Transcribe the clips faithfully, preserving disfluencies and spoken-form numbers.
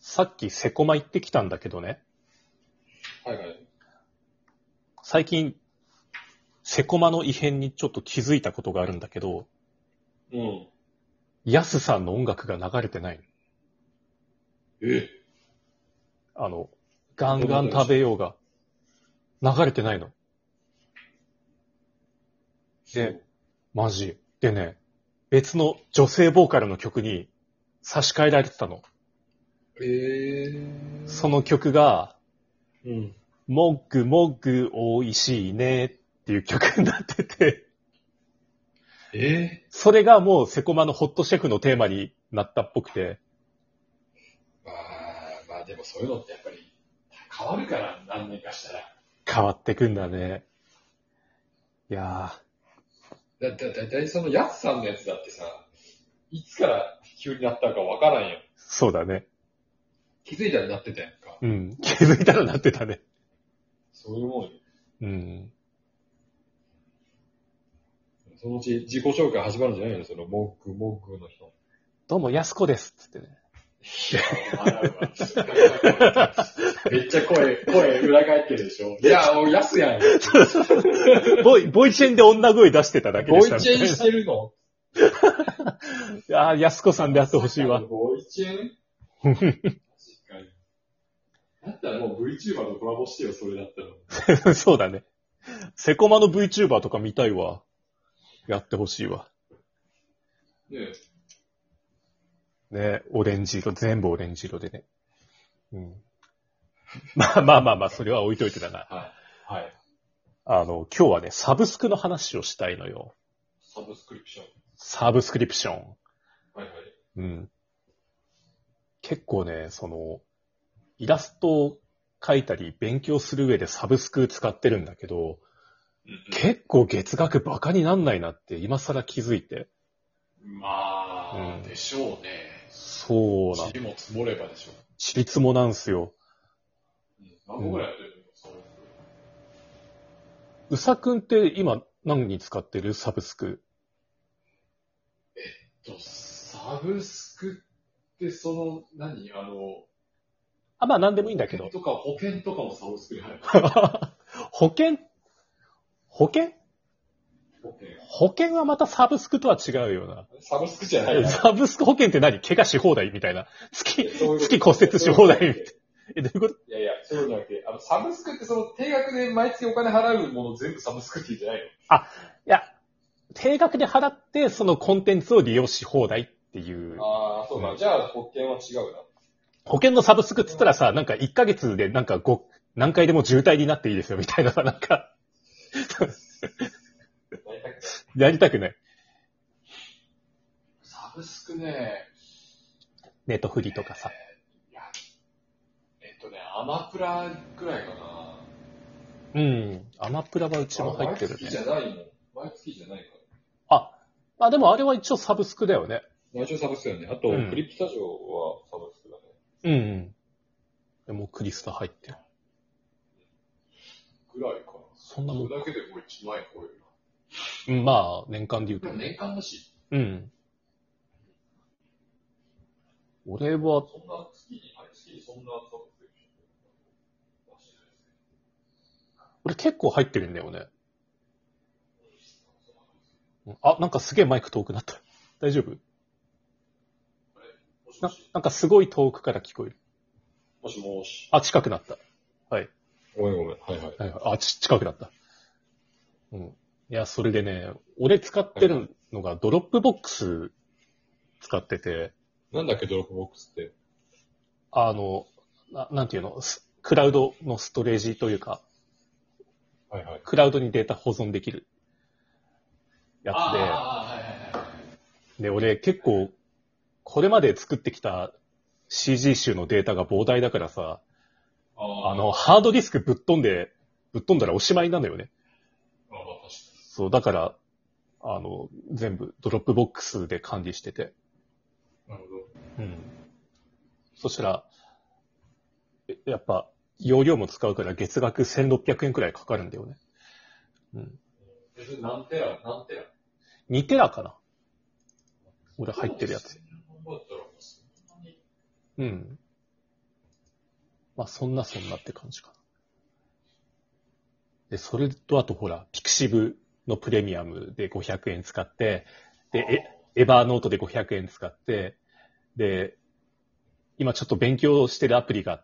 さっきセコマ行ってきたんだけどね。 はいはい。 最近、セコマの異変にちょっと気づいたことがあるんだけど、 うん。 ヤスさんの音楽が流れてない。 えあの、ガンガン食べようが、流れてないの。で、マジ。でね、別の女性ボーカルの曲に差し替えられてたの。 えー。 その曲が、 うん。 もぐもぐおいしいねっていう曲になってて、 えそれがもうセコマのホットシェフのテーマになったっぽくて。 まあ、まあでもそういうのってやっぱり変わるから何年かしたら。 変わってくんだね。いやだ、だ、だいたいそのヤスさんのやつだってさ、いつから急になったのかわからんよ。 ー、そうだね。 気づいたらなってたやんか。 うん。気づいたらなってたね。 そういうもんよ。 うん。 そのうち自己紹介始まるんじゃないのその文句、文句の人。 どうも、やすこです。つってね。 いや、笑うわ。めっちゃ声、声裏返ってるでしょ。いや、もうヤスやん。 ボイ、ボイチェンで女声出してただけでした、 ボイチェンしてるのいやー、やすこさんであってほしいわ。 ボイチェン確かに。だったらもう VTuber とコラボしてよ、それだったら。 そうだね。セコマの VTuber とか見たいわ。やってほしいわ。 ねね、オレンジ色、全部オレンジ色でね。うん。まあまあまあまあ、それは置いといてだな。 はい。はい。 あの、今日はね、サブスクの話をしたいのよ。 サブスクリプション。 サブスクリプション。 はいはい。 うん。結構ね、その、イラストを描いたり勉強する上でサブスク使ってるんだけど、 うんうん、 結構月額バカになんないなって今更気づいて。 まあ、 うん、 でしょうね。 そうな。 塵も積もればでしょう。 ちりつもなんすよ。 うん、何個ぐらいやってるの、サブスうさくんって今何に使ってるサブスク？ ク。えっと、サブスクってその、何あの、 あ、まあ何でもいいんだけど。 保険とか、保険とかもサブスクに入る。 保険保険保険。 保険はまたサブスクとは違うよな。 サブスクじゃないな。 サブスク保険って何？怪我し放題みたいな。月、 そういうこと月骨折し放題みたいな。え、どういうこと？ いやいや、そうじゃなくて、あの、サブスクってその定額で毎月お金払うもの全部サブスクって言うんじゃないの？ あ、いや、定額で払ってそのコンテンツを利用し放題っていう。 ああ、そうか。 うん、 じゃあ保険は違うな。 保険のサブスクって言ったらさ、なんかいっかげつでなんかご、何回でも渋滞になっていいですよみたいなさ、なんか、やりたくない。 サブスクね、 ネットフリとかさ。 いや、えっとね、アマプラぐらいかな。 うん。アマプラはうちも入ってる毎月じね。 ゃないもん。毎月じゃないかあ、あ、でもあれは一応サブスクだよね。 ら。一応サブスクだよね。あと、 うんクリップスタジオはサブスクだね。 うんうん。でもクリスタ入ってる。 ぐらいかな。 そんなもんそれだけでもういちまん円超えるうん、まあ、年間で言うな。 とね。 でも年間だし。 うん。俺は、 そんな月に、はい、月にそんなサブスクはしないですね。 俺結構入ってるんだよね。あ、なんかすげえマイク遠くなった。大丈夫？ あれもしなもし。 なんかすごい遠くから聞こえる。 もしもし。 あ、近くなった。はい。 ごめんごめん。はいはい。 はいはい、あ、ち、近くなった。うん。いや、それでね、俺使ってるのがドロップボックス使ってて、 なんだっけ、ドロップボックスって。 あの、な、なんていうの、スクラウドのストレージというか、 はいはい。 クラウドにデータ保存できるやつで、 ああ、はいはいはい。 で、俺結構、これまで作ってきた シージー 集のデータが膨大だからさ、あの、ハードディスクぶっ飛んで、ぶっ飛んだらおしまいなのよね。 ああ、まあ確かに。 そう、だから、あの、全部ドロップボックスで管理してて。 なるほうん。そしたら、えやっぱ、容量も使うから月額せんろっぴゃくえんくらいかかるんだよね。うん。 ど。え、それ何テラ何テラにテラかな俺入ってるやつ。うん。 まあそんなそんなって感じかな。で、それとあとほら、ピクシブのプレミアムでごひゃくえん使って、で、エ、エバーノートでごひゃくえん使って、で、今ちょっと勉強してるアプリがあって、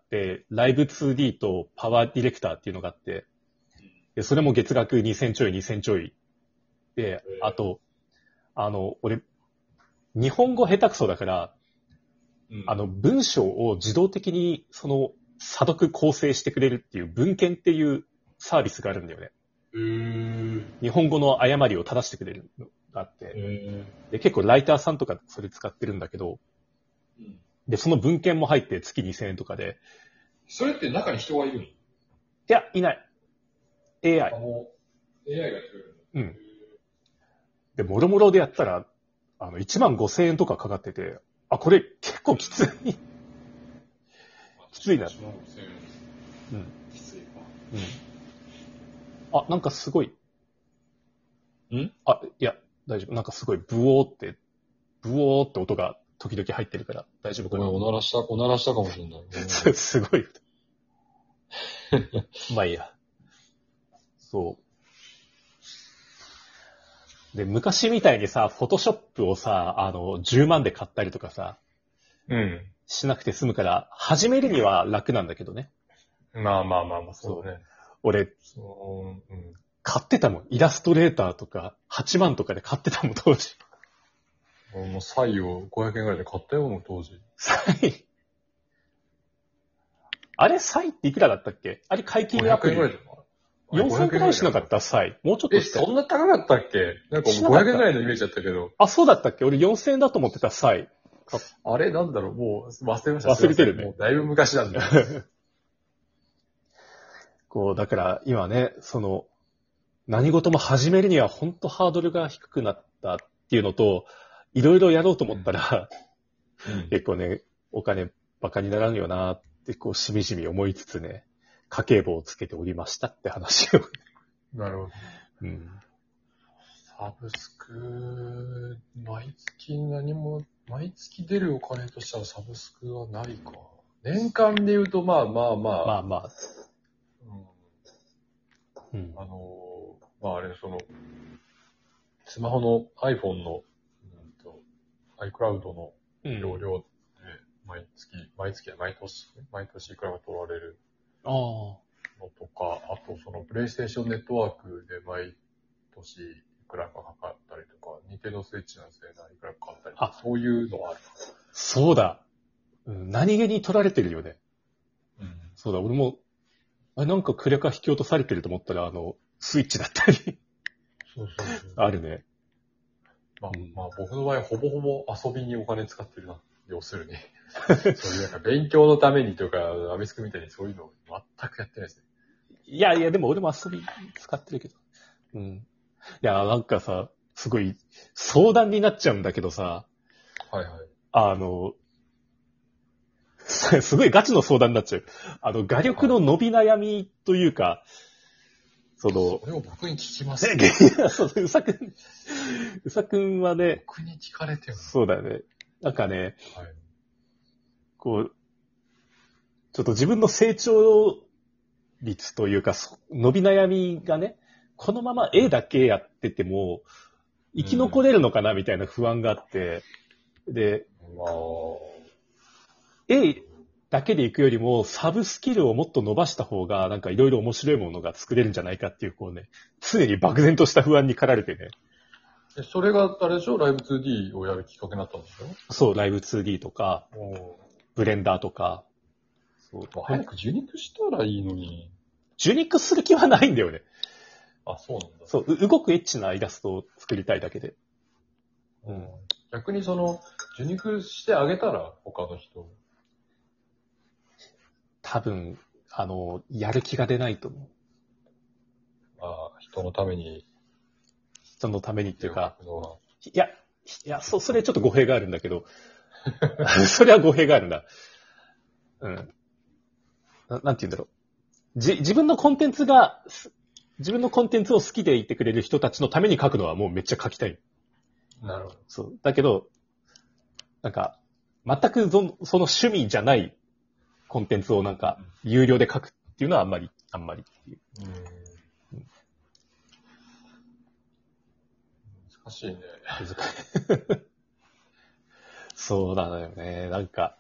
ライブ ツーディー とパワーディレクターっていうのがあって、で、それも月額にせんちょい、にせんちょい。で、あと、あの、俺、日本語下手くそだから、うん、あの、文章を自動的に、その、査読構成してくれるっていう文献っていうサービスがあるんだよね。 うーん。 日本語の誤りを正してくれるのがあって、で、結構ライターさんとかそれ使ってるんだけど、うん、で、その文献も入って月にせんえんとかで。 それって中に人がいるの？いや、いない。エーアイ。 あ、もう、エーアイ がやってくれるの？うん。で、もろもろでやったら、あの、いちまんごせんえんとかかかってて、あ、これ結構きつい。きついな。いちまんごせんえん。うん。きついか。うん。あ、なんかすごい。ん？あ、いや、大丈夫。なんかすごい、ブオーって、ブオーって音が時々入ってるから大丈夫かな。 おならした、おならしたかもしれない。 すごい。まあいいや。そう。で、昔みたいにさ、フォトショップをさ、あの、じゅうまんで買ったりとかさ、 うん。 しなくて済むから、始めるには楽なんだけどね。 まあまあまあまあ、そうだね。 俺、そう、うん、買ってたもん。イラストレーターとか、はちまんとかで買ってたもん、当時。 もう、サイをごひゃくえんぐらいで買ったよ、もう当時。 サイあれ、サイっていくらだったっけ？あれ、解禁アプリ。ごひゃくえんぐらいだよんせんくらいしなかったサイ。もうちょっとえ、そんな高かったっけ？なんかもうごひゃくえんぐらいのイメージだったけど。 あ、そうだったっけ？俺よんせんえんだと思ってたサイ。 あれなんだろう、もう忘れました。 忘れてるね。 もうだいぶ昔なんだよ。 こう、だから今ね、その、何事も始めるには本当ハードルが低くなったっていうのと、いろいろやろうと思ったら、うん、結構ね、お金バカにならんよなって、こう、しみじみ思いつつね、家計簿をつけておりましたって話を。 なるほど。 うん。 サブスク、毎月何も、毎月出るお金としたらサブスクはないか。年間で言うと、まあまあまあ。 まあまあ。 うん。うん、あの、まああれ、その、スマホの iPhone の、うんと、iCloud の容量で、毎月、毎月は毎年、毎年いくらが取られるのとか、あとそのプレイステーションネットワークで毎年いくらかかかったりとか、ニンテンドースイッチのせいでいくらかかかったりとか、そういうのはある。 そうだ。うん、何気に取られてるよね。うん、そうだ、俺も、あ、なんかクレカ引き落とされてると思ったら、あの、スイッチだったり。そうそうそう。 あるね。 まあ、うん、まあ僕の場合ほぼほぼ遊びにお金使ってるな。要するに。そういうなんか勉強のためにとか、アメスクみたいにそういうの全くやってないですね。 いやいや、でも俺も遊び使ってるけど。うん。いや、なんかさ、すごい相談になっちゃうんだけどさ。 はいはい。 あの、すごいガチの相談になっちゃう。あの、画力の伸び悩みというか、その、 それを僕に聞きますね。いや、そう、うさくん、うさくんはね、 僕に聞かれても。 そうだよね。なんかね、 はい、 こう、ちょっと自分の成長率というか、伸び悩みがね、このまま絵だけやってても、生き残れるのかなみたいな不安があって、で、絵だけで行くよりも、サブスキルをもっと伸ばした方が、なんかいろいろ面白いものが作れるんじゃないかっていう、こうね、常に漠然とした不安に駆られてね。 それが、あれでしょ？ライブ ツーディー をやるきっかけになったんでしょ？ そう、ライブ ツーディー とか、ブレンダーとか。 そう。早くジュニックしたらいいのに。 ジュニックする気はないんだよね。 あ、そうなんだ。 そう、動くエッチなイラストを作りたいだけで。 うん。逆にその、ジュニックしてあげたら、他の人。 多分、あの、やる気が出ないと思う。 ああ、人のために。 人のためにっていうか、いや、いや、そ、それちょっと語弊があるんだけど、それは語弊があるんだ。うん。な、なんて言うんだろう。じ、自分のコンテンツが、自分のコンテンツを好きでいてくれる人たちのために書くのはもうめっちゃ書きたい。 なるほど。 そう。だけど、なんか、全くその、その趣味じゃないコンテンツをなんか、有料で書くっていうのはあんまり、あんまりっていう。 うん、難しいね。 難しい。そうなのよね。なんか、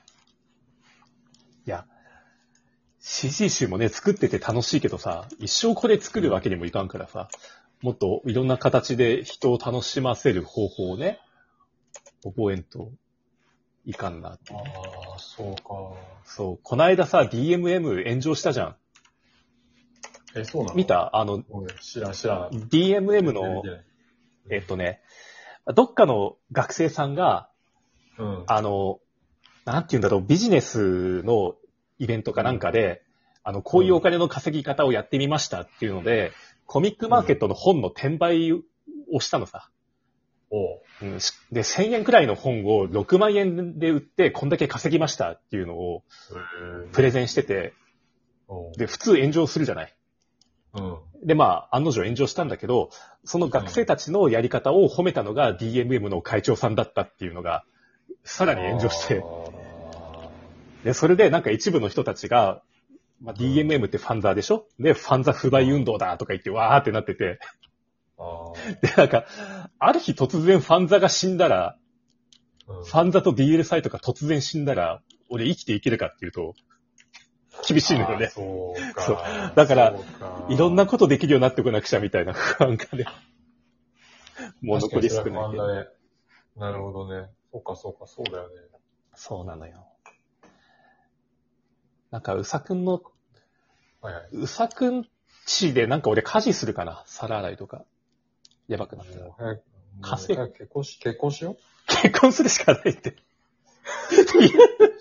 いや、シージー 集もね、作ってて楽しいけどさ、一生これ作るわけにもいかんからさ、もっといろんな形で人を楽しませる方法をね、覚えんといかんなっていう。 ああ、そうか。 そう、この間さ、ディーエムエム 炎上したじゃん。 え、そうなの？ 見た？あの、 知らん知らん。 ディーエムエム の、えっとね、どっかの学生さんが、 うん、 あの、なんて言うんだろう、ビジネスのイベントかなんかで、うん、あの、こういうお金の稼ぎ方をやってみましたっていうので、コミックマーケットの本の転売をしたのさ。うん、で、せんえんくらいの本をろくまんえんで売ってこんだけ稼ぎましたっていうのをプレゼンしてて、で、普通炎上するじゃない。うん、で、まあ、案の定炎上したんだけど、その学生たちのやり方を褒めたのが ディーエムエム の会長さんだったっていうのが、さらに炎上して、で、それでなんか一部の人たちが、まあ、ディーエムエム ってファンザーでしょ？で、ファンザ不買運動だとか言ってわーってなってて、で、なんか、ある日突然ファンザが死んだら、うん、ファンザと ディーエル サイトが突然死んだら、俺生きていけるかっていうと、厳しいのよね。 そうか。 そう。だから、いろんなことできるようになってこなくちゃみたいな不安がね。もう残り少ない。 ね。なるほどね。そうか、そうか、そうだよね。 そうなのよ。なんか、うさくんの、 はいはい、 うさくんちでなんか俺家事するかな？皿洗いとか。やばくなったら。 早く、 稼ぐ。 結婚し、結婚しよう？ 結婚するしかないって。